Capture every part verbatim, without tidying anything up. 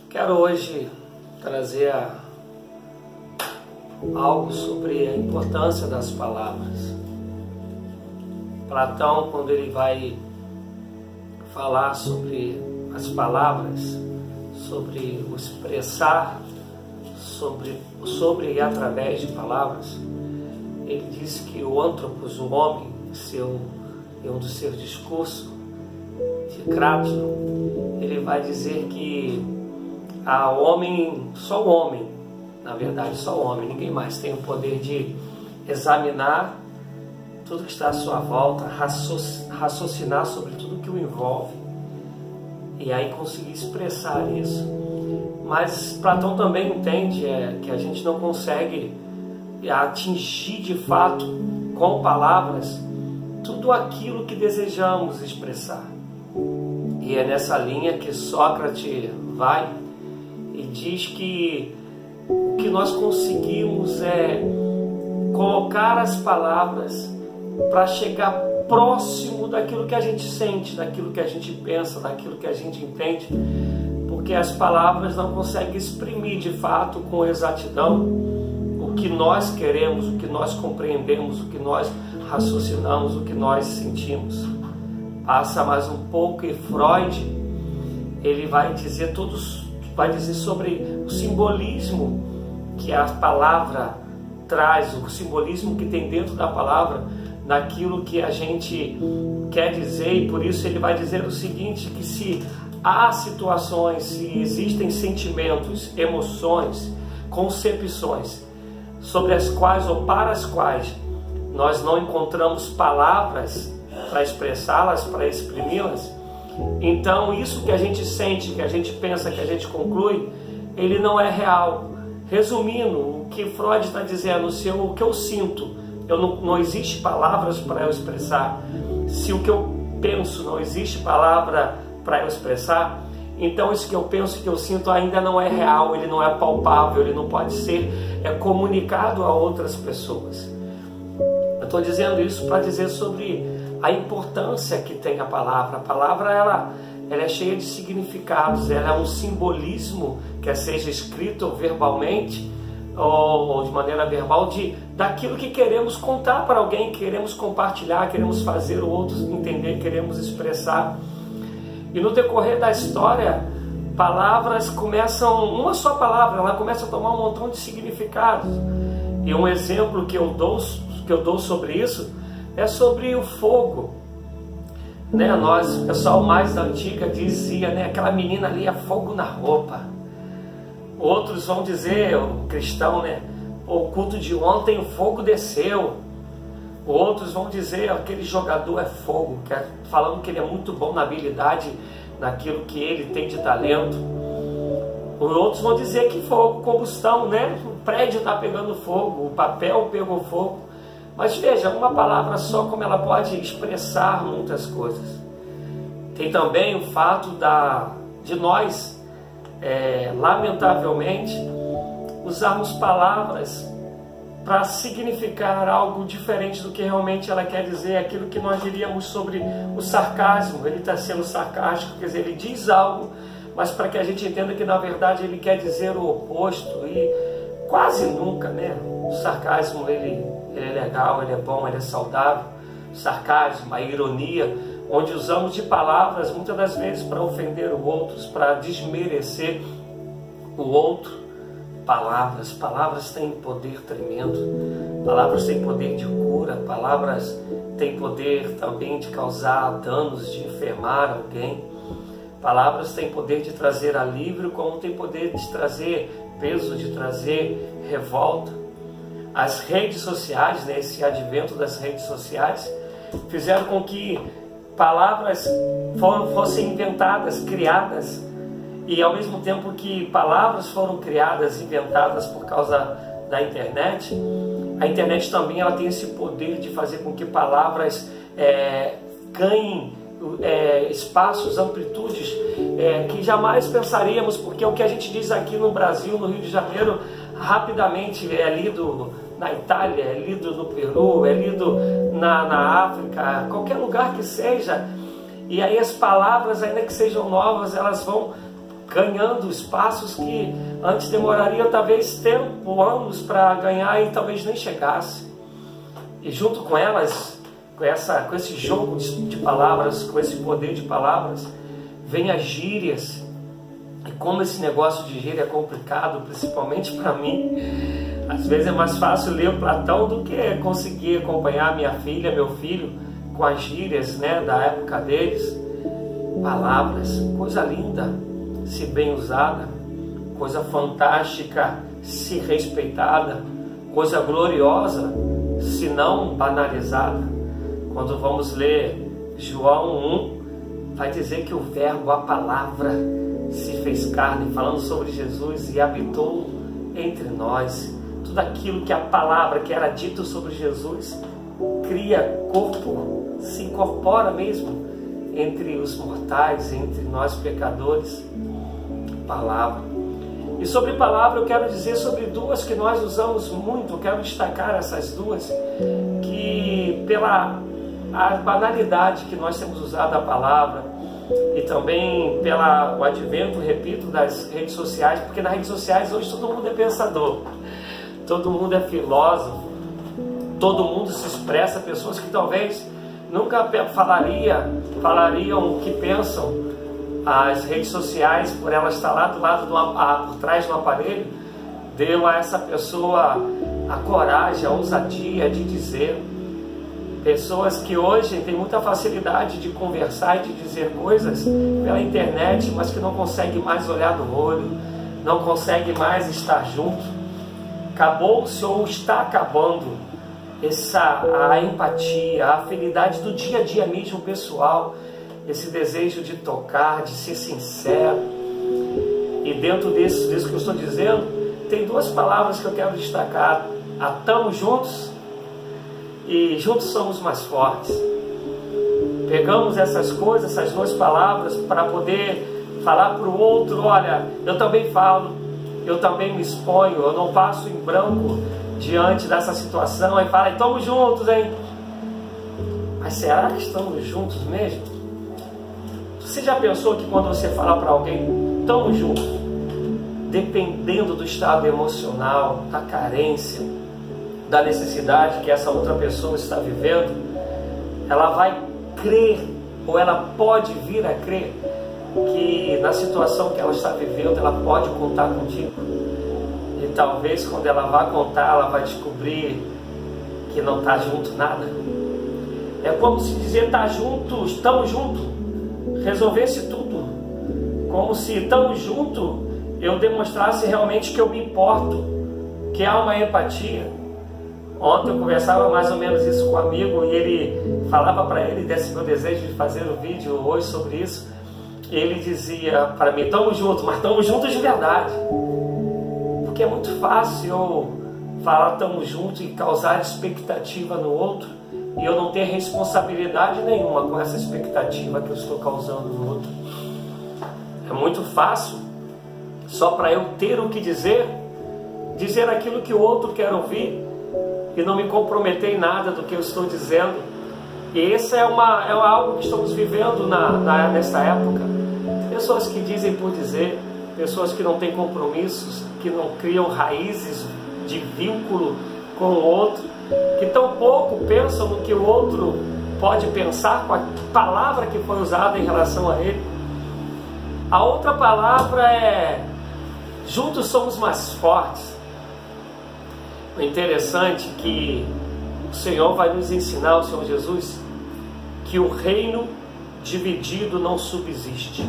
Quero hoje trazer algo sobre a importância das palavras. Platão, quando ele vai falar sobre as palavras, sobre o expressar, sobre, sobre e através de palavras, ele diz que o antropos, o homem, seu, em um dos seus discursos de Crato, ele vai dizer que a homem, só o homem, na verdade só o homem, ninguém mais tem o poder de examinar tudo que está à sua volta, raciocinar sobre tudo que o envolve e aí conseguir expressar isso. Mas Platão também entende é, que a gente não consegue atingir de fato com palavras tudo aquilo que desejamos expressar. E é nessa linha que Sócrates vai e diz que o que nós conseguimos é colocar as palavras para chegar próximo daquilo que a gente sente, daquilo que a gente pensa, daquilo que a gente entende, porque as palavras não conseguem exprimir de fato com exatidão o que nós queremos, o que nós compreendemos, o que nós raciocinamos, o que nós sentimos. Passa mais um pouco e Freud, ele vai dizer todos, vai dizer sobre o simbolismo que a palavra traz, o simbolismo que tem dentro da palavra, naquilo que a gente quer dizer, e por isso ele vai dizer o seguinte, que se há situações, se existem sentimentos, emoções, concepções, sobre as quais ou para as quais nós não encontramos palavras para expressá-las, para exprimi-las, então isso que a gente sente, que a gente pensa, que a gente conclui, ele não é real. Resumindo, o que Freud está dizendo, se eu, o que eu sinto, eu não, não existe palavras para eu expressar, se o que eu penso não existe palavra para eu expressar, então isso que eu penso, que eu sinto ainda não é real, ele não é palpável, ele não pode ser é comunicado a outras pessoas. Eu estou dizendo isso para dizer sobre a importância que tem a palavra. A palavra ela, ela é cheia de significados, ela é um simbolismo, quer seja escrito ou verbalmente, ou de maneira verbal, de, daquilo que queremos contar para alguém, queremos compartilhar, queremos fazer o outro entender, queremos expressar. E no decorrer da história, palavras começam, uma só palavra, ela começa a tomar um montão de significados. E um exemplo que eu dou, que eu dou sobre isso é sobre o fogo. Né? Nós, o pessoal mais da antiga dizia, né, aquela menina ali é fogo na roupa. Outros vão dizer, o cristão, né, o culto de ontem o fogo desceu. Outros vão dizer, aquele jogador é fogo, que é, falando que ele é muito bom na habilidade, naquilo que ele tem de talento. Outros vão dizer que fogo, combustão, né? O prédio está pegando fogo, o papel pegou fogo. Mas veja, uma palavra só, como ela pode expressar muitas coisas. Tem também o fato da, de nós, é, lamentavelmente, usarmos palavras para significar algo diferente do que realmente ela quer dizer, aquilo que nós diríamos sobre o sarcasmo. Ele está sendo sarcástico, quer dizer, ele diz algo, mas para que a gente entenda que na verdade ele quer dizer o oposto. E quase nunca, né? O sarcasmo ele, ele é legal, ele é bom, ele é saudável. O sarcasmo, a ironia, onde usamos de palavras muitas das vezes para ofender o outro, para desmerecer o outro. Palavras, palavras têm poder tremendo, palavras têm poder de cura, palavras têm poder também de causar danos, de enfermar alguém. Palavras têm poder de trazer alívio, como tem poder de trazer peso, de trazer revolta. As redes sociais, né, esse advento das redes sociais, fizeram com que palavras fossem inventadas, criadas, e ao mesmo tempo que palavras foram criadas, inventadas por causa da internet, a internet também ela tem esse poder de fazer com que palavras é, ganhem é, espaços, amplitudes é, que jamais pensaríamos, porque o que a gente diz aqui no Brasil, no Rio de Janeiro, rapidamente é lido na Itália, é lido no Peru, é lido na, na África, qualquer lugar que seja. E aí as palavras, ainda que sejam novas, elas vão ganhando espaços que antes demoraria talvez tempo, anos para ganhar e talvez nem chegasse. E junto com elas, com, essa, com esse jogo de, de palavras, com esse poder de palavras, vem as gírias. E como esse negócio de gíria é complicado, principalmente para mim, às vezes é mais fácil ler o Platão do que conseguir acompanhar minha filha, meu filho, com as gírias, né, da época deles. Palavras, coisa linda, se bem usada, coisa fantástica, se respeitada, coisa gloriosa, se não banalizada. Quando vamos ler João um, vai dizer que o verbo, a palavra, se fez carne, falando sobre Jesus, e habitou entre nós. Tudo aquilo que a palavra que era dito sobre Jesus cria corpo, se incorpora mesmo entre os mortais, entre nós pecadores. Palavra. E sobre palavra eu quero dizer sobre duas que nós usamos muito. Eu quero destacar essas duas, que pela a banalidade que nós temos usado a palavra, e também pelo advento, repito, das redes sociais, porque nas redes sociais hoje todo mundo é pensador, todo mundo é filósofo, todo mundo se expressa, pessoas que talvez nunca falaria, falariam o que pensam. As redes sociais, por ela estar lá do lado, do, a, por trás do aparelho, deu a essa pessoa a coragem, a ousadia de dizer. Pessoas que hoje têm muita facilidade de conversar e de dizer coisas pela internet, mas que não conseguem mais olhar no olho, não conseguem mais estar junto. Acabou-se ou está acabando essa, a empatia, a afinidade do dia a dia mesmo pessoal, esse desejo de tocar, de ser sincero. E dentro disso, disso que eu estou dizendo, tem duas palavras que eu quero destacar: a tamo juntos e juntos somos mais fortes. Pegamos essas coisas, essas duas palavras, para poder falar para o outro: olha, eu também falo, eu também me exponho, eu não passo em branco diante dessa situação. Aí fala: estamos juntos, hein? Mas será que estamos juntos mesmo? Você já pensou que quando você fala para alguém, estamos juntos, dependendo do estado emocional, da carência, da necessidade que essa outra pessoa está vivendo, ela vai crer, ou ela pode vir a crer, que na situação que ela está vivendo, ela pode contar contigo. E talvez quando ela vai contar, ela vai descobrir que não está junto nada. É como se dizer: está junto, estamos juntos, resolvesse tudo. Como se estamos juntos eu demonstrasse realmente que eu me importo, que há uma empatia. Ontem eu conversava mais ou menos isso com um amigo, e ele falava para ele desse meu desejo de fazer um vídeo hoje sobre isso. E ele dizia para mim: estamos juntos, mas estamos juntos de verdade. Porque é muito fácil eu falar estamos juntos e causar expectativa no outro, e eu não ter responsabilidade nenhuma com essa expectativa que eu estou causando no outro. É muito fácil, só para eu ter o que dizer, dizer aquilo que o outro quer ouvir, e não me comprometer em nada do que eu estou dizendo. E isso é, uma, é algo que estamos vivendo na, na, nesta época. Pessoas que dizem por dizer, pessoas que não têm compromissos, que não criam raízes de vínculo com o outro, que tão pouco pensam no que o outro pode pensar com a palavra que foi usada em relação a ele. A outra palavra é: juntos somos mais fortes. O interessante é que o Senhor vai nos ensinar, o Senhor Jesus, que o reino dividido não subsiste.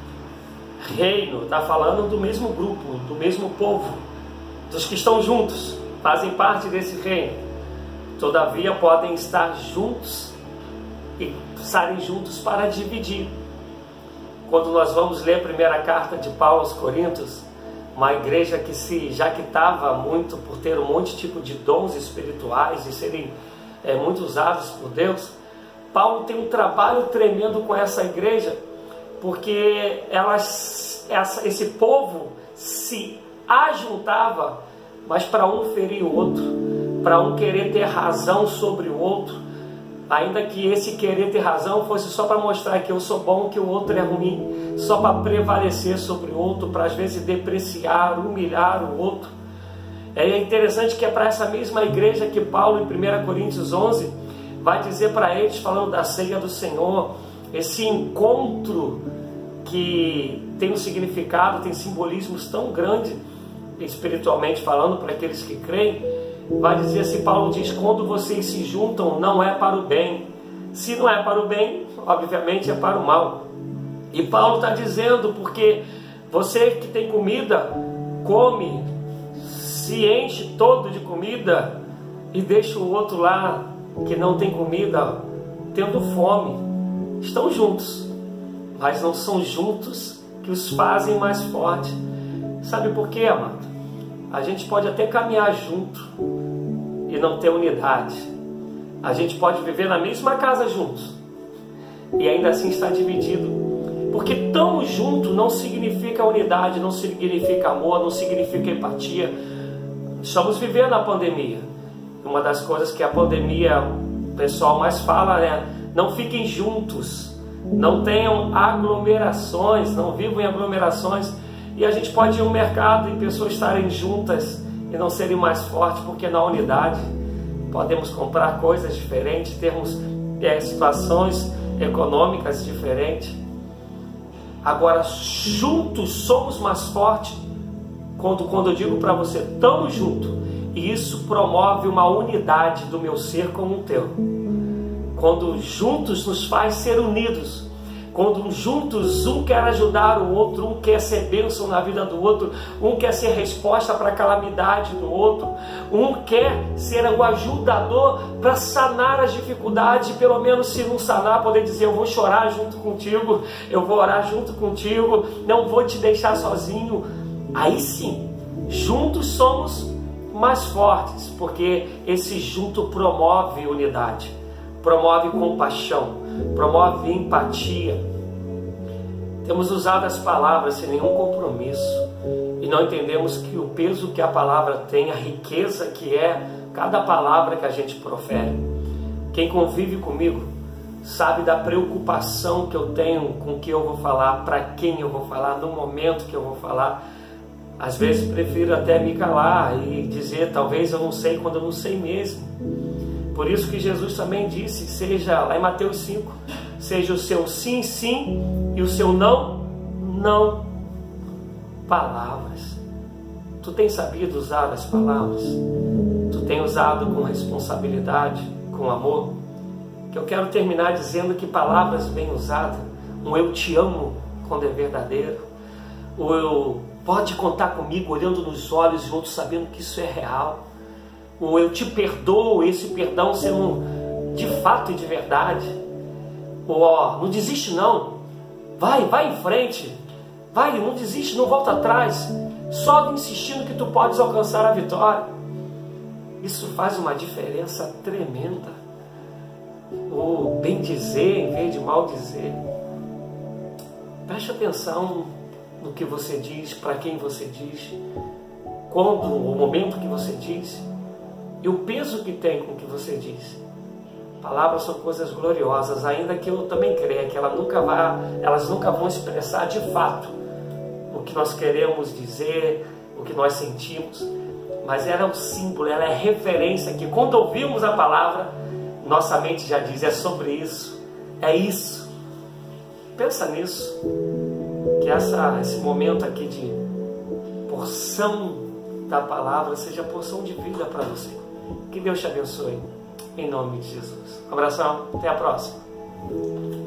Reino está falando do mesmo grupo, do mesmo povo, dos que estão juntos, fazem parte desse reino. Todavia podem estar juntos e estarem juntos para dividir. Quando nós vamos ler a primeira carta de Paulo aos Coríntios, uma igreja que se jactava muito por ter um monte de tipo de dons espirituais e serem é, muito usados por Deus, Paulo tem um trabalho tremendo com essa igreja, porque elas, essa, esse povo se ajuntava, mas para um ferir o outro, para um querer ter razão sobre o outro, ainda que esse querer ter razão fosse só para mostrar que eu sou bom, que o outro é ruim, só para prevalecer sobre o outro, para às vezes depreciar, humilhar o outro. É interessante que é para essa mesma igreja que Paulo, em primeira Coríntios onze, vai dizer para eles, falando da ceia do Senhor, esse encontro que tem um significado, tem simbolismos tão grandes, espiritualmente falando, para aqueles que creem. Vai dizer assim, Paulo diz, quando vocês se juntam, não é para o bem. Se não é para o bem, obviamente é para o mal. E Paulo está dizendo, porque você que tem comida, come, se enche todo de comida e deixa o outro lá, que não tem comida, tendo fome. Estão juntos, mas não são juntos que os fazem mais forte. Sabe por quê, amado? A gente pode até caminhar junto e não ter unidade. A gente pode viver na mesma casa juntos e ainda assim estar dividido. Porque estamos juntos não significa unidade, não significa amor, não significa empatia. Estamos vivendo a pandemia. Uma das coisas que a pandemia, o pessoal mais fala, é: não fiquem juntos, não tenham aglomerações, não vivam em aglomerações. E a gente pode ir ao mercado e pessoas estarem juntas e não serem mais fortes, porque na unidade podemos comprar coisas diferentes, termos é, situações econômicas diferentes. Agora, juntos somos mais fortes quando, quando eu digo para você, estamos juntos. E isso promove uma unidade do meu ser com o teu. Quando juntos nos faz ser unidos. Quando juntos um quer ajudar o outro, um quer ser bênção na vida do outro, um quer ser resposta para a calamidade do outro, um quer ser o ajudador para sanar as dificuldades, pelo menos se não sanar, poder dizer: eu vou chorar junto contigo, eu vou orar junto contigo, não vou te deixar sozinho. Aí sim, juntos somos mais fortes, porque esse junto promove unidade, promove compaixão, promove empatia. Temos usado as palavras sem nenhum compromisso e não entendemos que o peso que a palavra tem, a riqueza que é cada palavra que a gente profere. Quem convive comigo sabe da preocupação que eu tenho com o que eu vou falar, para quem eu vou falar, no momento que eu vou falar. Às vezes prefiro até me calar e dizer: talvez eu não sei, quando eu não sei mesmo. Por isso que Jesus também disse, seja lá em Mateus cinco, seja o seu sim, sim, e o seu não, não. Palavras. Tu tens sabido usar as palavras? Tu tens usado com responsabilidade, com amor? Que eu quero terminar dizendo que palavras bem usadas, um eu te amo quando é verdadeiro, o eu pode contar comigo olhando nos olhos do outro sabendo que isso é real, ou eu te perdoo, esse perdão sendo de fato e de verdade, ou ó, não desiste não, vai, vai em frente, vai, não desiste, não volta atrás, só insistindo que tu podes alcançar a vitória. Isso faz uma diferença tremenda. Ou bem dizer em vez de mal dizer. Preste atenção no que você diz, para quem você diz, quando, o momento que você diz e o peso que tem com o que você diz. Palavras são coisas gloriosas, ainda que eu também creia que ela nunca vai, elas nunca vão expressar de fato o que nós queremos dizer, o que nós sentimos, mas ela é um símbolo, ela é referência que quando ouvimos a palavra, nossa mente já diz: é sobre isso, é isso. Pensa nisso, que essa, esse momento aqui de porção da palavra seja porção de vida para você. Que Deus te abençoe, em nome de Jesus. Um abração, até a próxima.